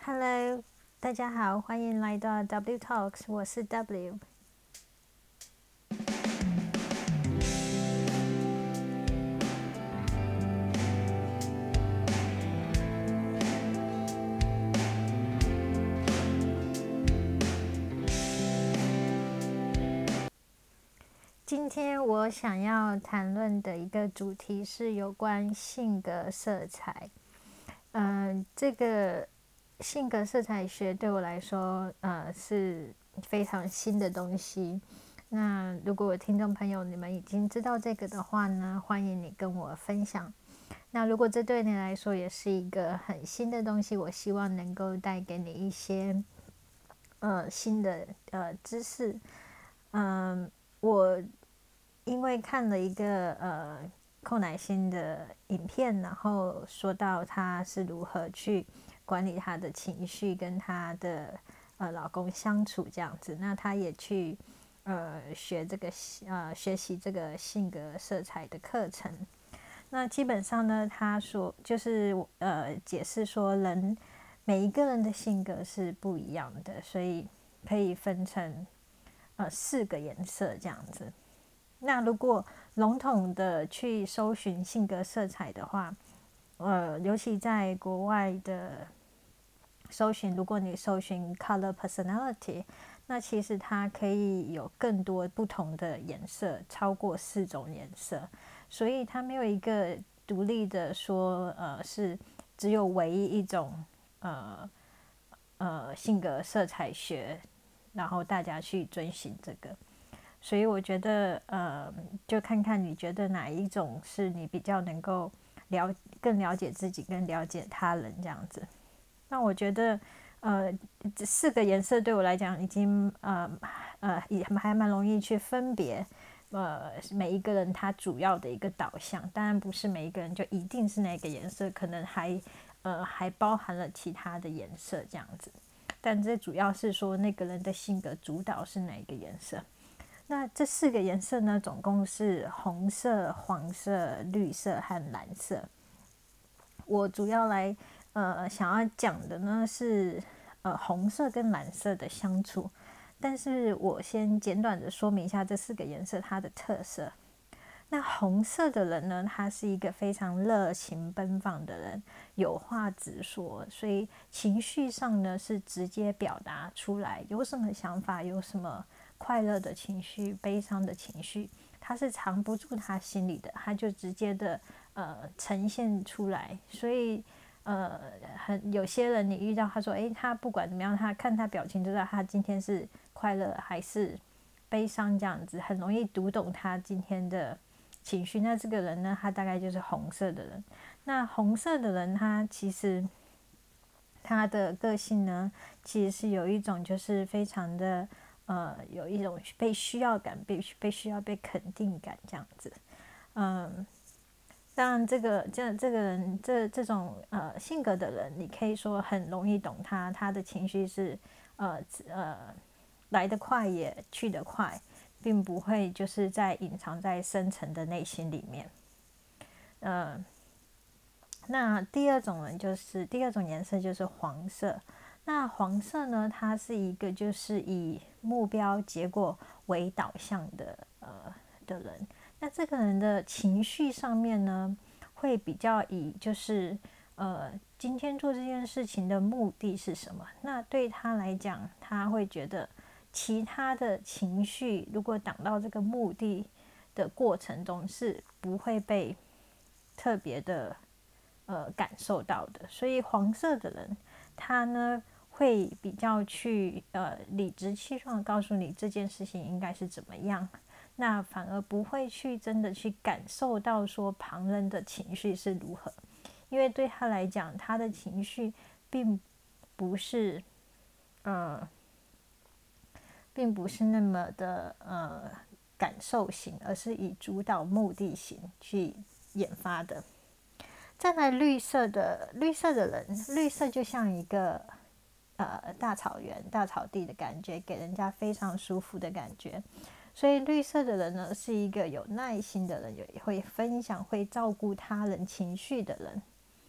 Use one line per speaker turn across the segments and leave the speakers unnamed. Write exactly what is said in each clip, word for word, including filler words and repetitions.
Hello，大家好，欢迎来到 W Talks，我是 W。今天我想要谈论的一个主题是有关性格色彩。嗯、呃，这个性格色彩学对我来说，呃，是非常新的东西。那如果听众朋友你们已经知道这个的话呢，欢迎你跟我分享。那如果这对你来说也是一个很新的东西，我希望能够带给你一些呃新的呃知识。嗯、呃，我因为看了一个呃寇乃馨的影片，然后说到她是如何去管理她的情绪，跟她的呃老公相处这样子。那她也去呃学这个呃学习这个性格色彩的课程。那基本上呢，他说就是呃解释说人每一个人的性格是不一样的，所以可以分成呃四个颜色这样子。那如果笼统的去搜寻性格色彩的话，呃，尤其在国外的搜寻，如果你搜寻 color personality， 那其实它可以有更多不同的颜色，超过四种颜色，所以它没有一个独立的说，呃，是只有唯一一种呃呃性格色彩学，然后大家去遵循这个。所以我觉得，呃，就看看你觉得哪一种是你比较能够了更了解自己，更了解他人这样子。那我觉得，呃，这四个颜色对我来讲已经呃呃也还蛮容易去分别，呃，每一个人他主要的一个导向。当然不是每一个人就一定是那个颜色，可能还呃还包含了其他的颜色这样子。但这主要是说那个人的性格主导是哪一个颜色。那这四个颜色呢，总共是红色、黄色、绿色和蓝色。我主要来呃想要讲的呢是呃红色跟蓝色的相处，但是我先简短的说明一下这四个颜色它的特色。那红色的人呢，他是一个非常热情奔放的人，有话直说，所以情绪上呢是直接表达出来，有什么想法，有什么快乐的情绪、悲伤的情绪，他是藏不住他心里的，他就直接的呃呈现出来。所以呃，很有些人你遇到他说，诶，他不管怎么样，他看他表情就知道他今天是快乐还是悲伤这样子，很容易读懂他今天的情绪。那这个人呢，他大概就是红色的人。那红色的人，他其实他的个性呢，其实是有一种就是非常的呃，有一种被需要感，被被需要被肯定感这样子。嗯，当然这个这这个人这这种呃性格的人，你可以说很容易懂他，他的情绪是呃呃来得快也去得快，并不会就是在隐藏在深层的内心里面。呃，那第二种人就是第二种颜色就是黄色。那黄色呢，它是一个就是以目标结果为导向的呃的人。那这个人的情绪上面呢，会比较以就是呃今天做这件事情的目的是什么？那对他来讲，他会觉得其他的情绪如果挡到这个目的的过程中是不会被特别的呃感受到的。所以黄色的人，他呢会比较去呃理直气壮的告诉你这件事情应该是怎么样，那反而不会去真的去感受到说旁人的情绪是如何，因为对他来讲，他的情绪并不是呃并不是那么的呃感受型，而是以主导目的型去研发的。再来绿色的绿色的人，绿色就像一个呃大草原、大草地的感觉，给人家非常舒服的感觉。所以绿色的人呢，是一个有耐心的人，也会分享、会照顾他人情绪的人。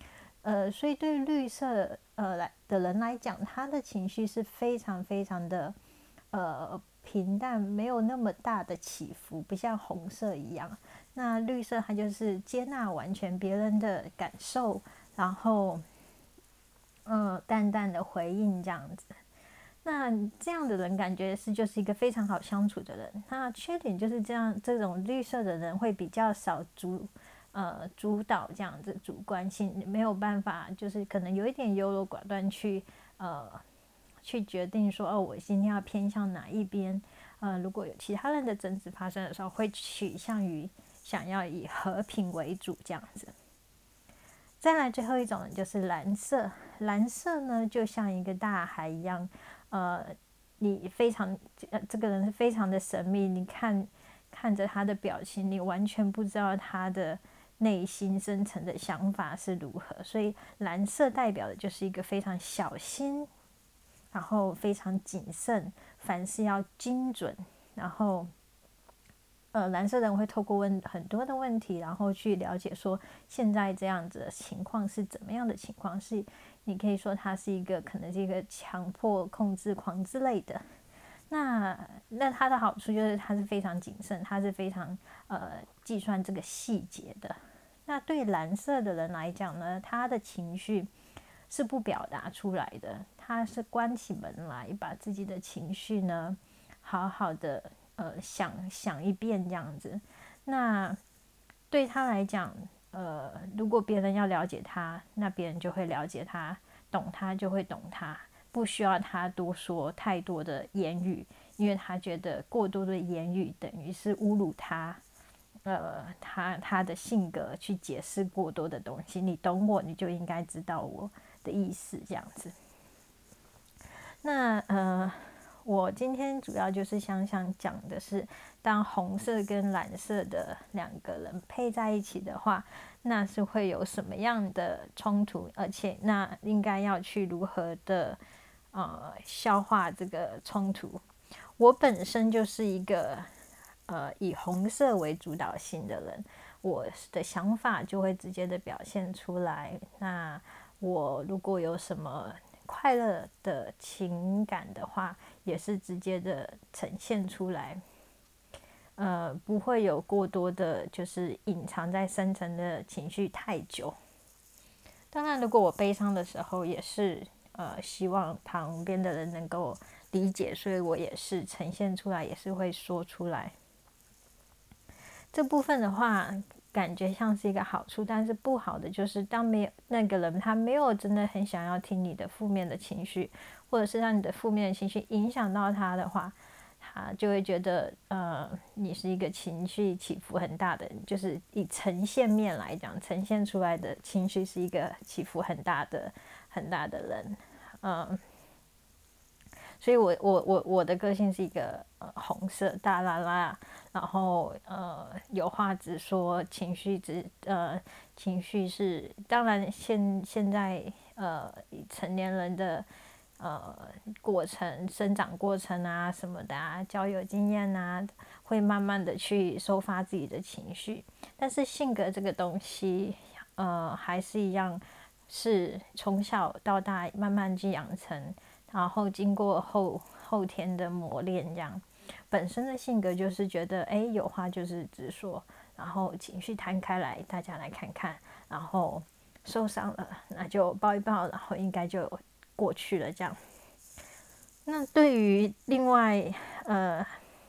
呃，所以对绿色呃来的人来讲，他的情绪是非常非常的呃平淡，没有那么大的起伏，不像红色一样。那绿色它就是接纳完全别人的感受，然后呃淡淡的回应这样子。那这样的人感觉是就是一个非常好相处的人。那缺点就是这样，这种绿色的人会比较少主呃主导这样子，主观性没有办法，就是可能有一点优柔寡断去呃去决定说哦，我今天要偏向哪一边。呃，如果有其他人的争执发生的时候，会取向于想要以和平为主这样子。再来最后一种就是蓝色，蓝色呢就像一个大海一样，呃，你非常呃这个人是非常的神秘，你看看着他的表情，你完全不知道他的内心深层的想法是如何。所以蓝色代表的就是一个非常小心，然后非常谨慎，凡事要精准，然后。呃，蓝色人会透过问很多的问题，然后去了解说现在这样子的情况是怎么样的情况，是你可以说他是一个可能是一个强迫控制狂之类的。那那它的好处就是它是非常谨慎，它是非常呃计算这个细节的。那对蓝色的人来讲呢，他的情绪是不表达出来的，他是关起门来把自己的情绪呢好好的。呃，想想一遍这样子，那对他来讲，呃，如果别人要了解他，那别人就会了解他，懂他就会懂他，不需要他多说太多的言语，因为他觉得过多的言语等于是侮辱他，呃，他他的性格去解释过多的东西，你懂我，你就应该知道我的意思，这样子。那呃。我今天主要就是想想讲的是，当红色跟蓝色的两个人配在一起的话，那是会有什么样的冲突，而且那应该要去如何的呃消化这个冲突。我本身就是一个呃以红色为主导性的人，我的想法就会直接的表现出来。那我如果有什么快乐的情感的话，也是直接的呈现出来，呃，不会有过多的，就是隐藏在深层的情绪太久。当然，如果我悲伤的时候，也是呃希望旁边的人能够理解，所以我也是呈现出来，也是会说出来。这部分的话，感觉像是一个好处，但是不好的就是当没有那个人他没有真的很想要听你的负面的情绪，或者是让你的负面的情绪影响到他的话，他就会觉得呃你是一个情绪起伏很大的人，就是以呈现面来讲，呈现出来的情绪是一个起伏很大的很大的人，嗯。所以我我我我的个性是一个呃红色大啦啦，然后呃有话直说，情绪直呃情绪是当然现现在呃成年人的呃过程生长过程啊什么的啊，交友经验啊，会慢慢的去收发自己的情绪，但是性格这个东西呃还是一样是从小到大慢慢去养成。然后经过后后天的磨练，这样本身的性格就是觉得，哎，有话就是直说，然后情绪摊开来，大家来看看，然后受伤了那就抱一抱，然后应该就过去了这样。那对于另外呃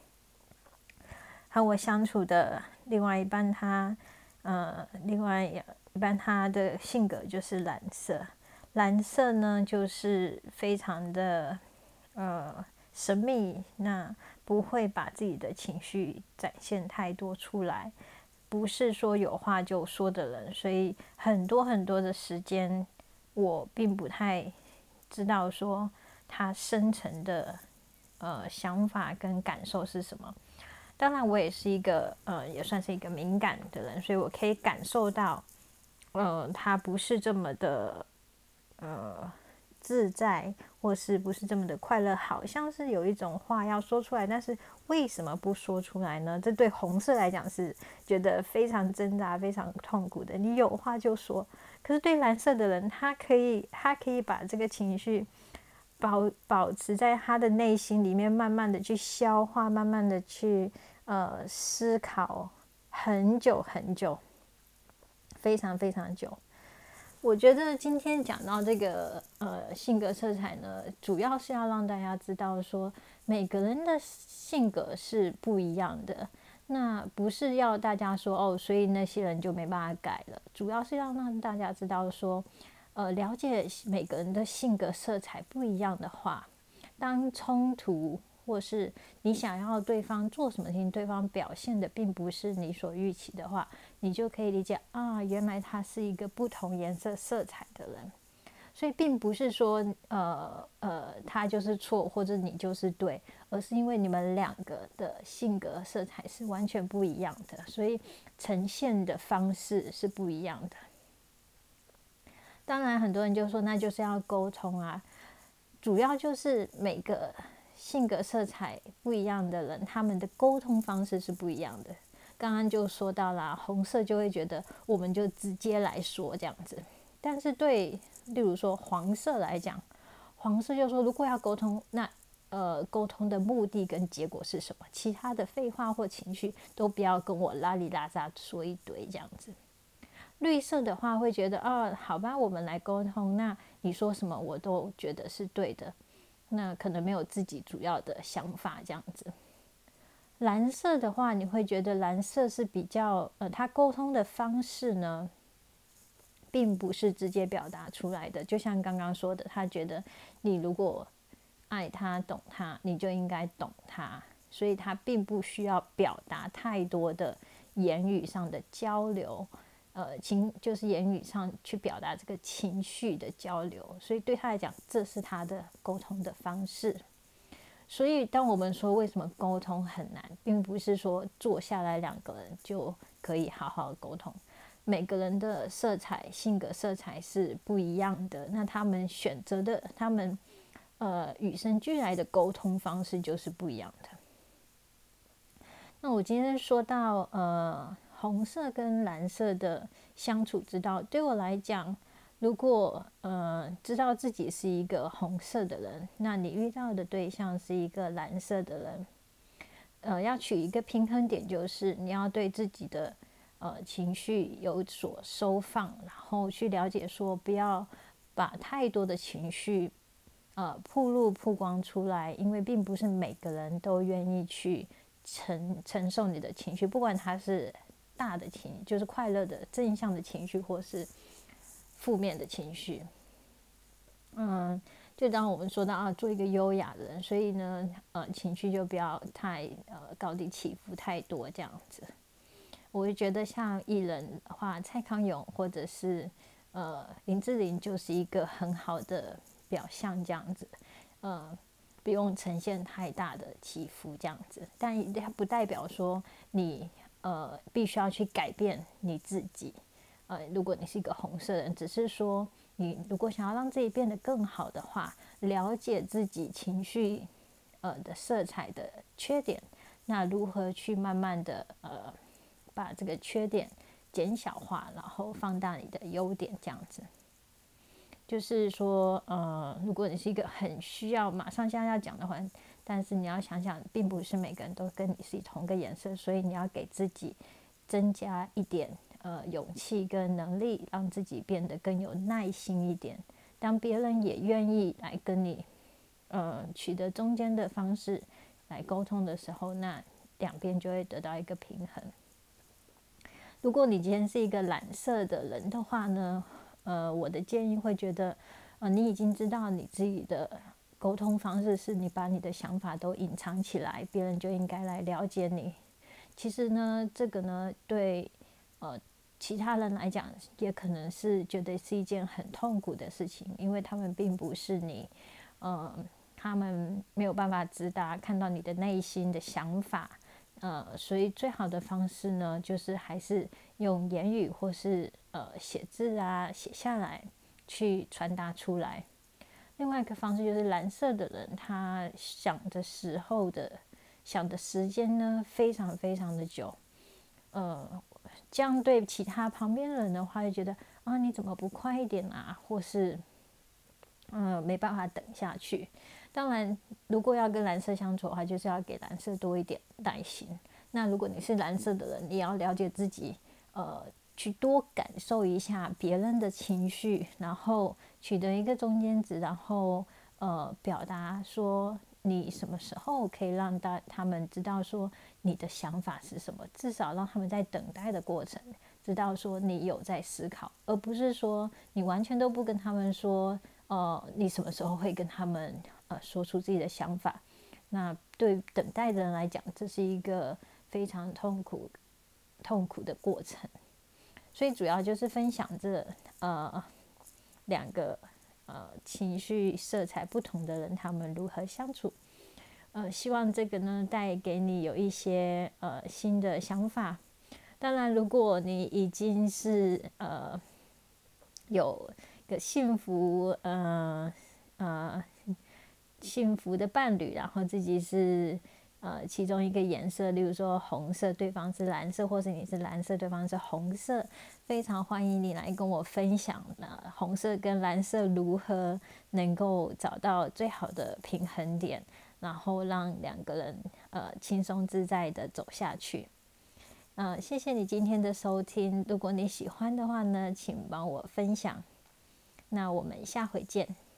和我相处的另外一半他，呃另外一半他的性格就是蓝色。蓝色呢，就是非常的呃神秘，那不会把自己的情绪展现太多出来，不是说有话就说的人，所以很多很多的时间，我并不太知道说他深层的呃想法跟感受是什么。当然，我也是一个呃也算是一个敏感的人，所以我可以感受到，呃，他不是这么的。呃， 自在，或是不是这么的快乐，好像是有一种话要说出来，但是为什么不说出来呢？这对红色来讲是觉得非常挣扎、非常痛苦的。你有话就说，可是对蓝色的人，他可以，他可以把这个情绪保保持在他的内心里面，慢慢的去消化，慢慢的去呃思考很久很久，非常非常久。我觉得今天讲到这个呃性格色彩呢，主要是要让大家知道说，每个人的性格是不一样的。那不是要大家说哦，所以那些人就没办法改了。主要是要让大家知道说，呃，了解每个人的性格色彩不一样的话，当冲突或是你想要对方做什么事情，对方表现的并不是你所预期的话，你就可以理解啊，原来他是一个不同颜色色彩的人。所以并不是说呃呃他就是错或者你就是对，而是因为你们两个的性格色彩是完全不一样的，所以呈现的方式是不一样的。当然很多人就说那就是要沟通啊，主要就是每个性格色彩不一样的人，他们的沟通方式是不一样的。刚刚就说到啦，红色就会觉得我们就直接来说这样子，但是对例如说黄色来讲，黄色就说如果要沟通，那呃沟通的目的跟结果是什么？其他的废话或情绪都不要跟我拉里拉杂说一堆这样子。绿色的话会觉得哦，好吧，我们来沟通，那你说什么我都觉得是对的，那可能没有自己主要的想法这样子。蓝色的话，你会觉得蓝色是比较呃，他沟通的方式呢，并不是直接表达出来的。就像刚刚说的，他觉得你如果爱他、懂他，你就应该懂他，所以他并不需要表达太多的言语上的交流。呃，情就是言语上去表达这个情绪的交流，所以对他来讲，这是他的沟通的方式。所以，当我们说为什么沟通很难，并不是说坐下来两个人就可以好好沟通。每个人的色彩、性格色彩是不一样的，那他们选择的、他们呃与生俱来的沟通方式就是不一样的。那我今天说到呃。红色跟蓝色的相处之道，对我来讲，如果呃知道自己是一个红色的人，那你遇到的对象是一个蓝色的人，呃，要取一个平衡点，就是你要对自己的呃情绪有所收放，然后去了解说，不要把太多的情绪呃暴露曝光出来，因为并不是每个人都愿意去承承受你的情绪，不管他是大的情就是快乐的正向的情绪，或是负面的情绪。嗯，就当我们说到啊，做一个优雅的人，所以呢，呃，情绪就不要太呃高低起伏太多这样子。我会觉得像艺人的话，蔡康永或者是呃林志玲就是一个很好的表象这样子。呃，不用呈现太大的起伏这样子，但它不代表说你。呃，必须要去改变你自己。呃，如果你是一个红色人，只是说你如果想要让自己变得更好的话，了解自己情绪呃的色彩的缺点，那如何去慢慢的呃把这个缺点减小化，然后放大你的优点，这样子。就是说，呃，如果你是一个很需要马上现在要讲的话，但是你要想想，并不是每个人都跟你是同个颜色，所以你要给自己增加一点呃勇气跟能力，让自己变得更有耐心一点。当别人也愿意来跟你呃取得中间的方式来沟通的时候，那两边就会得到一个平衡。如果你今天是一个蓝色的人的话呢？呃，我的建议会觉得，呃，你已经知道你自己的沟通方式是你把你的想法都隐藏起来，别人就应该来了解你。其实呢，这个呢，对呃其他人来讲，也可能是觉得是一件很痛苦的事情，因为他们并不是你，呃，他们没有办法直达看到你的内心的想法。呃，所以最好的方式呢，就是还是用言语或是呃写字啊写下来去传达出来。 另外一个方式就是蓝色的人，他想的时候的想的时间呢，非常非常的久。呃，这样对其他旁边的人的话，就觉得啊，你怎么不快一点啊？或是呃没办法等下去。当然，如果要跟蓝色相处的话，就是要给蓝色多一点耐心。那如果你是蓝色的人，你要了解自己，呃，去多感受一下别人的情绪，然后取得一个中间值，然后呃，表达说你什么时候可以让大他们知道说你的想法是什么，至少让他们在等待的过程知道说你有在思考，而不是说你完全都不跟他们说，呃，你什么时候会跟他们呃说出自己的想法。那对等待的人来讲，这是一个非常痛苦痛苦的过程。所以主要就是分享这呃两个呃情绪色彩不同的人，他们如何相处。呃，希望这个呢带给你有一些呃新的想法。当然，如果你已经是呃有个幸福呃呃幸福的伴侣，然后自己是呃其中一个颜色，例如说红色，对方是蓝色，或是你是蓝色，对方是红色，非常欢迎你来跟我分享呢，红色跟蓝色如何能够找到最好的平衡点，然后让两个人呃轻松自在的走下去。呃，谢谢你今天的收听，如果你喜欢的话呢，请帮我分享。那我们下回见。